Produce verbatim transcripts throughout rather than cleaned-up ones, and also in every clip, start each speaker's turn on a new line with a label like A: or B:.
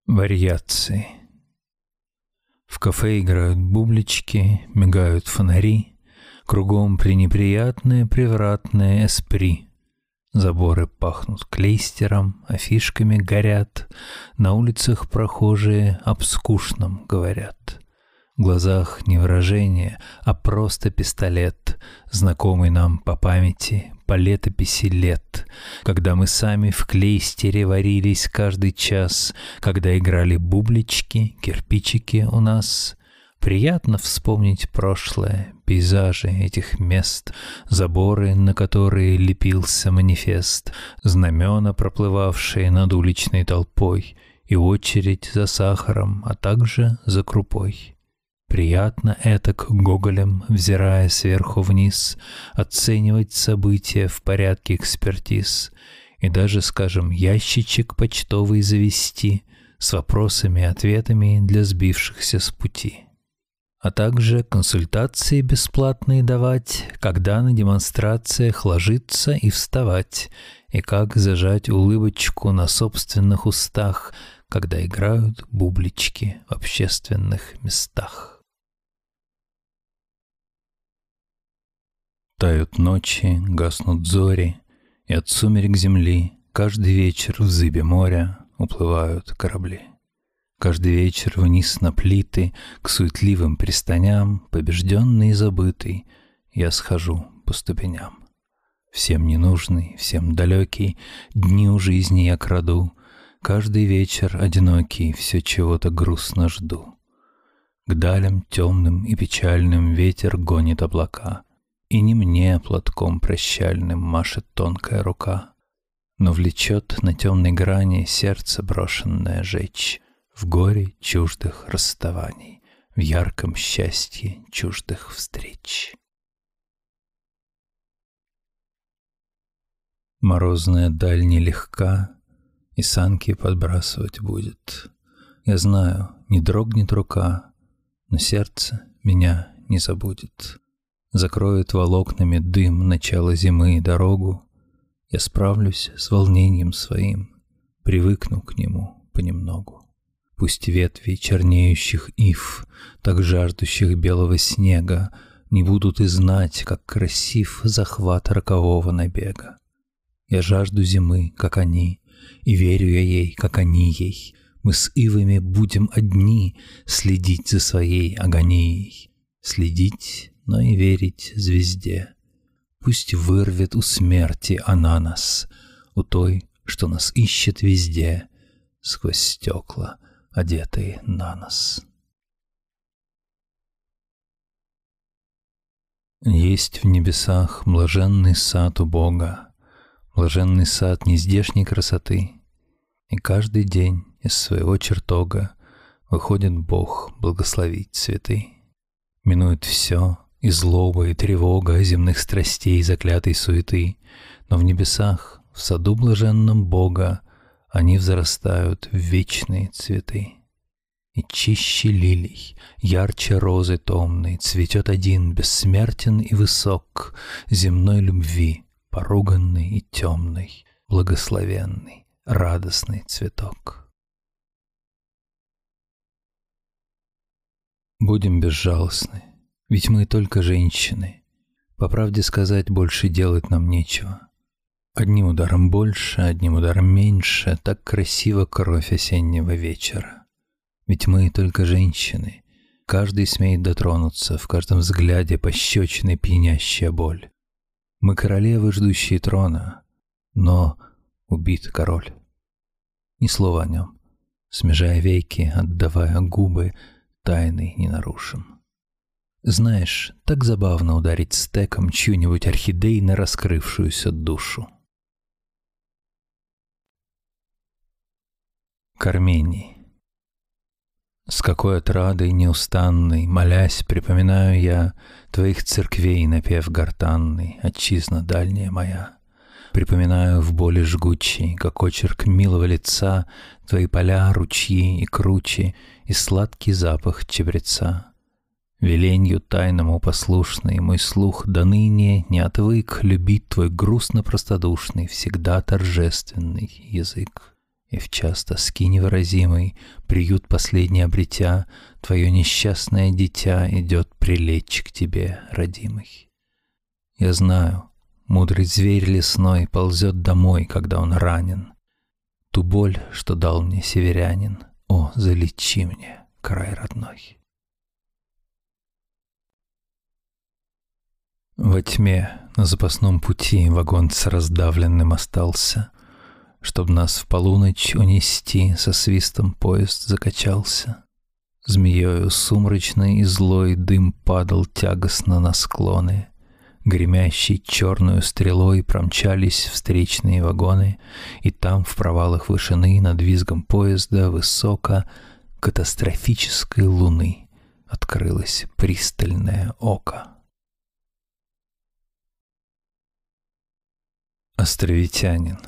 A: Вариации. В кафе играют бублички, мигают фонари, кругом пренеприятное превратное эспри. Заборы пахнут клейстером, афишками горят, на улицах прохожие об скучном говорят. В глазах не выражение, а просто пистолет, знакомый нам по памяти, по летописи лет, когда мы сами в клейстере варились каждый час, когда играли бублички, кирпичики у нас. Приятно вспомнить прошлое, пейзажи этих мест, заборы, на которые лепился манифест, знамена, проплывавшие над уличной толпой, и очередь за сахаром, а также за крупой. Приятно этак гоголем, взирая сверху вниз, оценивать события в порядке экспертиз и даже, скажем, ящичек почтовый завести с вопросами и ответами для сбившихся с пути. А также консультации бесплатные давать, когда на демонстрациях ложиться и вставать, и как зажать улыбочку на собственных устах, когда играют бублички в общественных местах. Тают ночи, гаснут зори, и от сумерек земли каждый вечер в зыбе моря уплывают корабли. Каждый вечер вниз на плиты, к суетливым пристаням, побежденный и забытый, я схожу по ступеням. Всем ненужный, всем далекий, дни у жизни я краду, каждый вечер одинокий, все чего-то грустно жду. К далям темным и печальным ветер гонит облака, и не мне платком прощальным машет тонкая рука, но влечет на темной грани сердце брошенное жечь, в горе чуждых расставаний, в ярком счастье чуждых встреч. Морозная даль нелегка, и санки подбрасывать будет. Я знаю, не дрогнет рука, но сердце меня не забудет. Закроет волокнами дым начала зимы и дорогу. Я справлюсь с волнением своим, привыкну к нему понемногу. Пусть ветви чернеющих ив, так жаждущих белого снега, не будут и знать, как красив захват рокового набега. Я жажду зимы, как они, и верю я ей, как они ей. Мы с ивами будем одни следить за своей агонией, следить, но и верить звезде. Пусть вырвет у смерти она нас, у той, что нас ищет везде, сквозь стекла, одетые на нос. Есть в небесах блаженный сад у Бога, блаженный сад нездешней красоты, и каждый день из своего чертога выходит Бог благословить цветы. Минует все, и злоба, и тревога земных страстей заклятой суеты, но в небесах, в саду блаженном Бога, они взрастают в вечные цветы. И чище лилий, ярче розы томной, цветет один, бессмертен и высок, земной любви, поруганный и темный, благословенный, радостный цветок. Будем безжалостны, ведь мы только женщины. По правде сказать, больше делать нам нечего. Одним ударом больше, одним ударом меньше, так красива кровь осеннего вечера. Ведь мы только женщины, каждый смеет дотронуться, в каждом взгляде пощечина пьянящая боль. Мы королевы, ждущие трона, но убит король. Ни слова о нем, смежая веки, отдавая губы, тайны не нарушим. Знаешь, так забавно ударить стеком чью-нибудь орхидей на раскрывшуюся душу. К Армении. С какой отрадой неустанной, молясь, припоминаю я твоих церквей напев гортанный, отчизна дальняя моя. Припоминаю в боли жгучей, как очерк милого лица, твои поля, ручьи и кручи, и сладкий запах чабреца. Веленью тайному послушный, мой слух до ныне не отвык любить твой грустно-простодушный, всегда торжественный язык. И в час тоски невыразимой, приют последний обретя, твое несчастное дитя идет прилечь к тебе, родимый. Я знаю, мудрый зверь лесной ползет домой, когда он ранен. Ту боль, что дал мне северянин, о, залечи мне, край родной. Во тьме на запасном пути вагон с раздавленным остался. Чтоб нас в полуночь унести, со свистом поезд закачался. Змеёю сумрачной и злой дым падал тягостно на склоны. Гремящей черную стрелой промчались встречные вагоны, и там в провалах вышины над визгом поезда высоко катастрофической луны открылось пристальное око. Островитянин.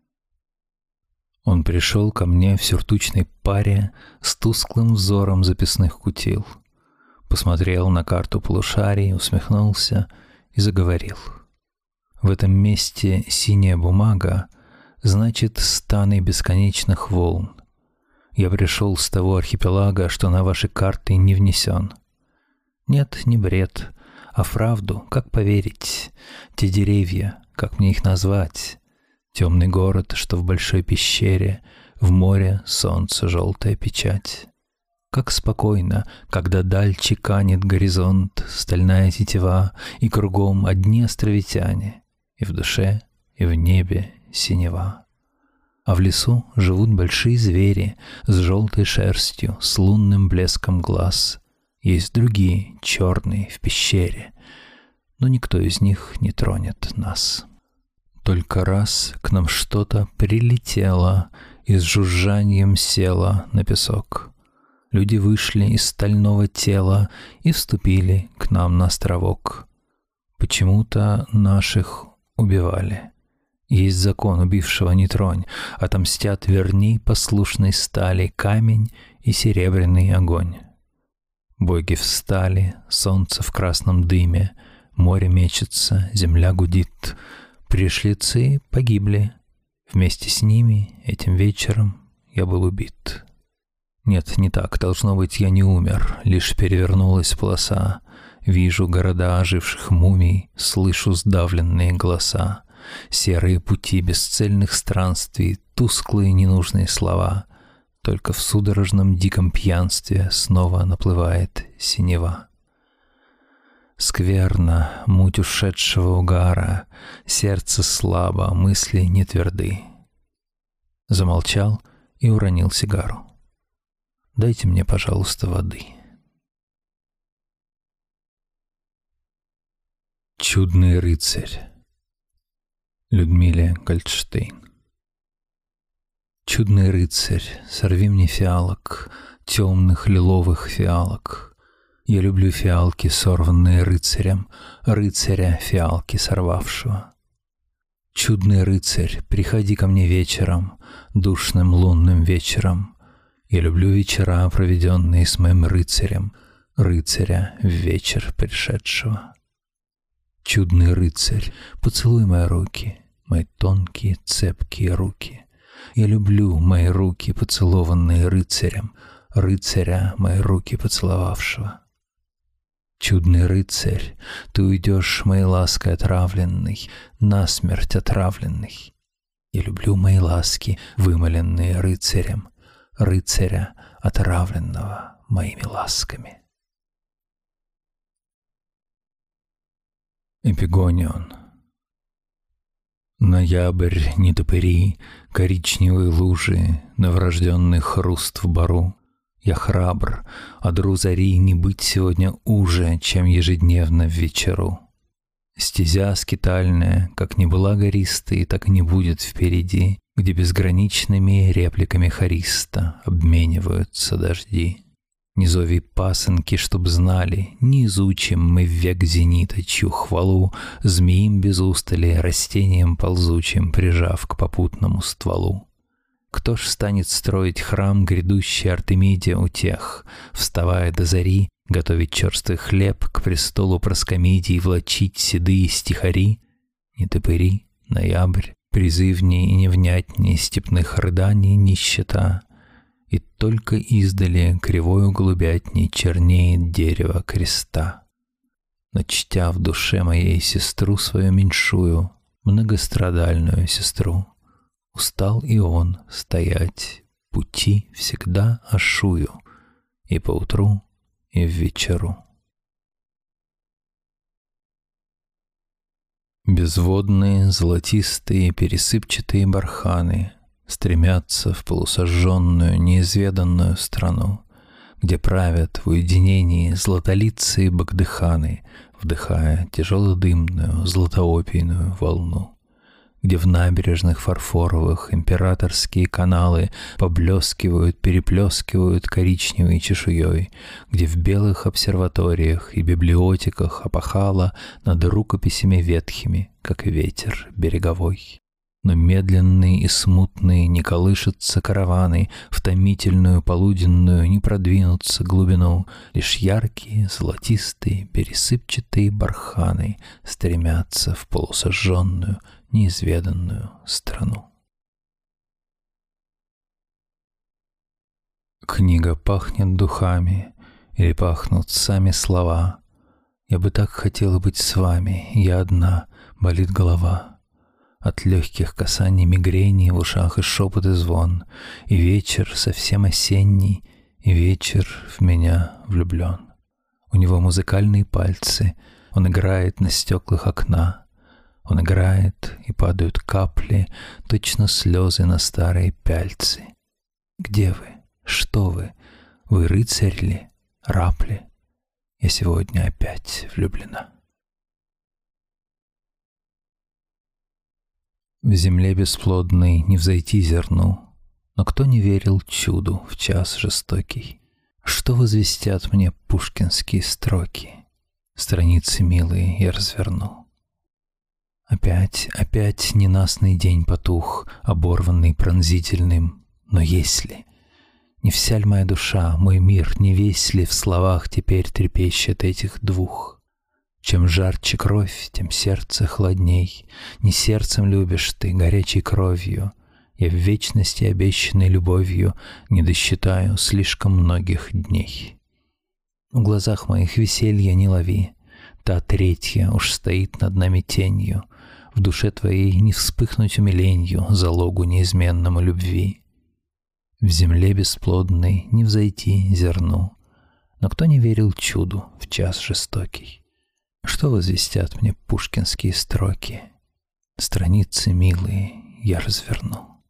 A: Он пришел ко мне в сюртучной паре с тусклым взором записных кутил, посмотрел на карту полушарий, усмехнулся и заговорил. В этом месте синяя бумага значит станы бесконечных волн. Я пришел с того архипелага, что на ваши карты не внесен. Нет, не бред, а правду, как поверить? Те деревья, как мне их назвать? Темный город, что в большой пещере, в море солнце желтая печать. Как спокойно, когда даль чеканит горизонт, стальная тетива, и кругом одни островитяне, и в душе, и в небе синева. А в лесу живут большие звери с желтой шерстью, с лунным блеском глаз. Есть другие, черные, в пещере, но никто из них не тронет нас. Только раз к нам что-то прилетело и с жужжанием село на песок. Люди вышли из стального тела и вступили к нам на островок. Почему-то наших убивали. Есть закон, убившего не тронь, отомстят верней послушной стали камень и серебряный огонь. Боги встали, солнце в красном дыме, море мечется, земля гудит. Пришлицы погибли. Вместе с ними этим вечером я был убит. Нет, не так, должно быть, я не умер, лишь перевернулась полоса. Вижу города оживших мумий, слышу сдавленные голоса. Серые пути бесцельных странствий, тусклые ненужные слова. Только в судорожном диком пьянстве снова наплывает синева. Скверно, муть ушедшего угара, сердце слабо, мысли не тверды. Замолчал и уронил сигару. Дайте мне, пожалуйста, воды. Чудный рыцарь. Людмиле Гольдштейн. Чудный рыцарь, сорви мне фиалок, темных лиловых фиалок. Я люблю фиалки, сорванные рыцарем, рыцаря фиалки сорвавшего. Чудный рыцарь, приходи ко мне вечером, душным лунным вечером. Я люблю вечера, проведенные с моим рыцарем, рыцаря в вечер пришедшего. Чудный рыцарь, поцелуй мои руки, мои тонкие цепкие руки. Я люблю мои руки, поцелованные рыцарем, рыцаря мои руки поцеловавшего. Чудный рыцарь, ты уйдешь моей лаской отравленной, насмерть отравленной. Я люблю мои ласки, вымоленные рыцарем, рыцаря, отравленного моими ласками. Эпигонион. Ноябрь, нетопыри, коричневые лужи, новорожденный хруст в бору. Я храбр, а дру зари не быть сегодня уже, чем ежедневно в вечеру. Стезя скитальная, как не была гористой, так и не будет впереди, где безграничными репликами хориста обмениваются дожди. Низови пасынки, чтоб знали, не изучим мы в век зенита, чью хвалу змеим без устали, растением ползучим, прижав к попутному стволу. Кто ж станет строить храм грядущей Артемиде утех, вставая до зари, готовить черствый хлеб к престолу проскомидий, влачить седые стихари? Нетопыри, ноябрь, Призывней и невнятней степных рыданий нищета, и только издали кривою голубятней чернеет дерево креста. Но чтя в душе моей сестру свою меньшую, многострадальную сестру, устал и он стоять, пути всегда ошую, и поутру, и в вечеру. Безводные, золотистые, пересыпчатые барханы стремятся в полусожженную, неизведанную страну, где правят в уединении златолицые багдыханы, вдыхая тяжелодымную, златоопийную волну, где в набережных фарфоровых императорские каналы поблескивают, переплескивают коричневой чешуей, где в белых обсерваториях и библиотеках опахало над рукописями ветхими, как ветер береговой. Но медленные и смутные не колышутся караваны, в томительную полуденную не продвинутся глубину, лишь яркие, золотистые, пересыпчатые барханы стремятся в полусожженную, неизведанную страну. Книга пахнет духами, или пахнут сами слова. Я бы так хотела быть с вами, я одна, болит голова. От легких касаний мигрени в ушах и шепот и звон, и вечер совсем осенний, и вечер в меня влюблен. У него музыкальные пальцы, он играет на стеклах окна. Он играет, и падают капли, точно слезы на старые пяльцы. Где вы? Что вы? Вы рыцарь ли? Раб ли? Я сегодня опять влюблена. В земле бесплодной не взойти зерну, но кто не верил чуду в час жестокий? Что возвестят мне пушкинские строки? Страницы милые я разверну. Опять, опять ненастный день потух, оборванный пронзительным. Но если не вся ль моя душа, мой мир, не весь ли в словах теперь трепещет этих двух? Чем жарче кровь, тем сердце хладней. Не сердцем любишь ты, горячей кровью. Я в вечности обещанной любовью не досчитаю слишком многих дней. В глазах моих веселья не лови, та третья уж стоит над нами тенью. В душе твоей не вспыхнуть умиленью, залогу неизменному любви. В земле бесплодной не взойти зерну, но кто не верил чуду в час жестокий? Что возвестят мне пушкинские строки? Страницы милые я разверну.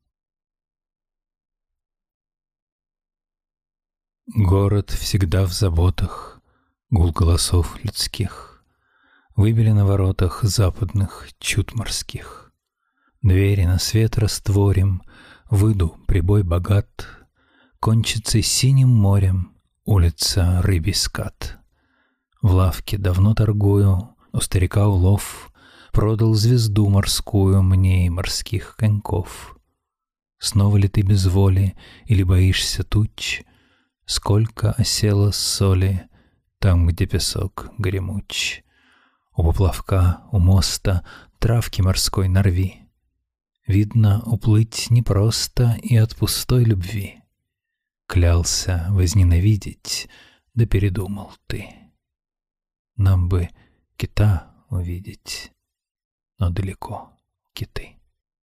A: Город всегда в заботах, гул голосов людских. Выбили на воротах западных чуд морских. Двери на свет растворим, выйду, прибой богат. Кончится синим морем улица Рыбий скат. В лавке давно торгую, у старика улов, продал звезду морскую мне и морских коньков. Снова ли ты без воли или боишься туч? Сколько осело соли там, где песок гремуч. У поплавка, у моста травки морской нарви. Видно, уплыть непросто и от пустой любви. Клялся возненавидеть, да передумал ты. Нам бы кита увидеть, но далеко киты.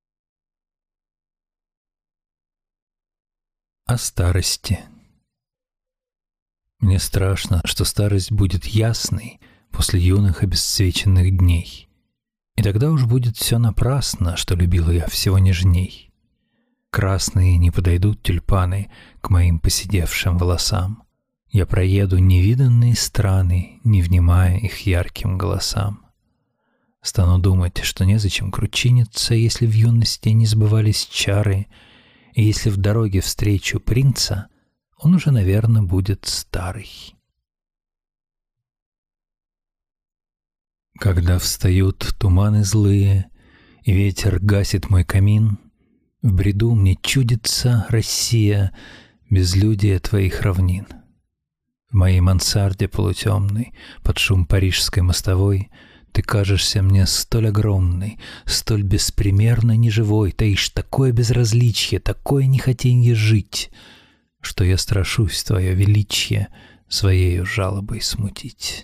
A: О старости. Мне страшно, что старость будет ясной после юных обесцвеченных дней. И тогда уж будет все напрасно, что любила я всего нежней. Красные не подойдут тюльпаны к моим поседевшим волосам. Я проеду невиданные страны, не внимая их ярким голосам. Стану думать, что незачем кручиниться, если в юности не сбывались чары, и если в дороге встречу принца, он уже, наверное, будет старый. Когда встают туманы злые, и ветер гасит мой камин, в бреду мне чудится Россия, безлюдие твоих равнин. В моей мансарде полутемной, под шум парижской мостовой, Ты кажешься мне столь огромной, столь беспримерно неживой, таишь такое безразличие, такое нехотенье жить, что я страшусь твое величие своею жалобой смутить.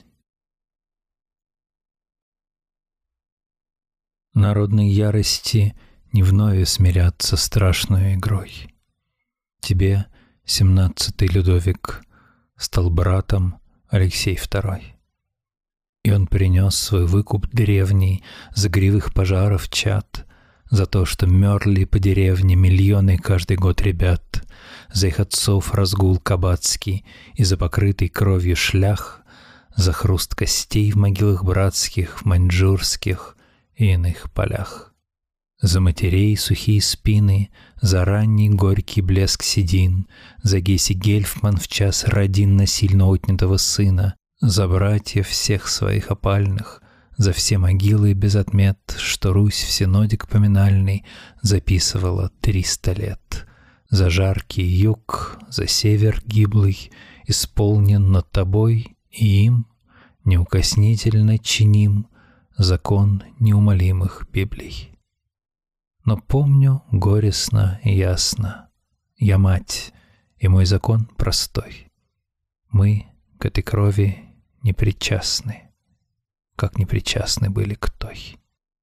A: Народной ярости не вновь смиряться страшной игрой. Тебе семнадцатый Людовик стал братом Алексей второй. И он принес свой выкуп древний за гривых пожаров чад, за то, что мерли по деревне миллионы каждый год ребят, за их отцов разгул кабацкий и за покрытый кровью шлях, за хруст костей в могилах братских, в маньчжурских и иных полях. За матерей сухие спины, за ранний горький блеск седин, за Гесси Гельфман в час родин насильно отнятого сына, за братьев всех своих опальных, за все могилы без отмет, что Русь в синодик поминальный записывала триста лет, за жаркий юг, за север гиблый, исполнен над тобой и им, неукоснительно чиним закон неумолимых Библий. Но помню горестно и ясно, я мать, и мой закон простой. Мы к этой крови не причастны, как не причастны были к той.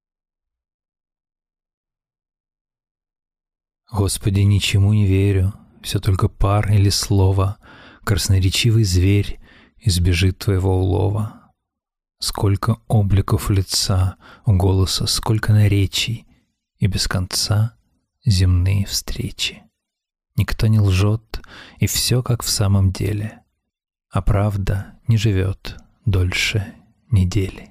A: Господи, ничему не верю, все только пар или слово, красноречивый зверь избежит твоего улова. Сколько обликов лица, у голоса сколько наречий, и без конца земные встречи. Никто не лжет, и все как в самом деле, а правда не живет дольше недели.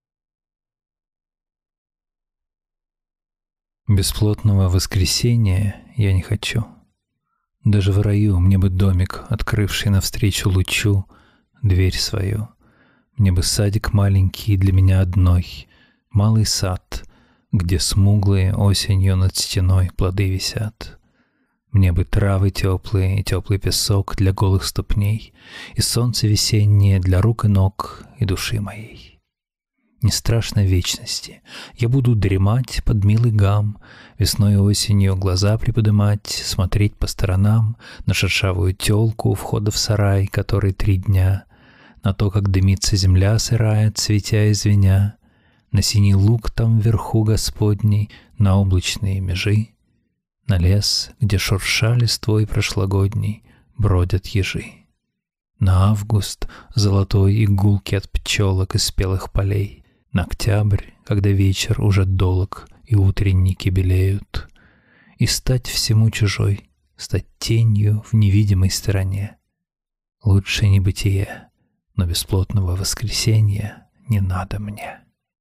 A: Бесплотного воскресения я не хочу. Даже в раю мне бы домик, открывший навстречу лучу дверь свою. Мне бы садик маленький для меня одной, малый сад, где смуглые осенью над стеной плоды висят. Мне бы травы теплые и теплый песок для голых ступней, и солнце весеннее для рук и ног и души моей. Не страшно вечности, я буду дремать под милый гам, весной и осенью глаза приподымать, смотреть по сторонам на шершавую тёлку у входа в сарай, который три дня, на то, как дымится земля сырая, цветя и звеня, на синий луг там вверху Господней, на облачные межи, на лес, где шурша листвой прошлогодней бродят ежи, на август золотой и гулки от пчелок из спелых полей, на октябрь, когда вечер уже долог и утренники белеют, и стать всему чужой, стать тенью в невидимой стороне. Лучше небытие, но бесплотного воскресенья не надо мне.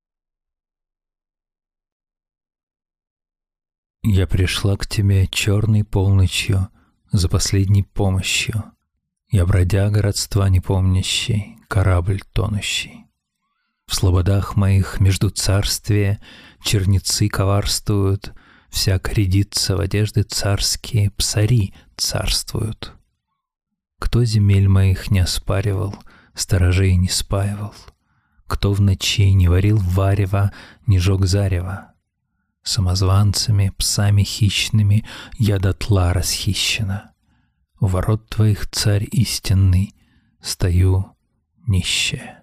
A: Я пришла к тебе черной полночью за последней помощью. Я бродяга родства непомнящий, корабль тонущий. В слободах моих между царствия черницы коварствуют, всяк рядится в одежды царские, псари царствуют. Кто земель моих не оспаривал, сторожей не спаивал, кто в ночи не варил варева, не жег зарева. Самозванцами, псами хищными я дотла расхищена. У ворот твоих, царь истинный, стою нищая.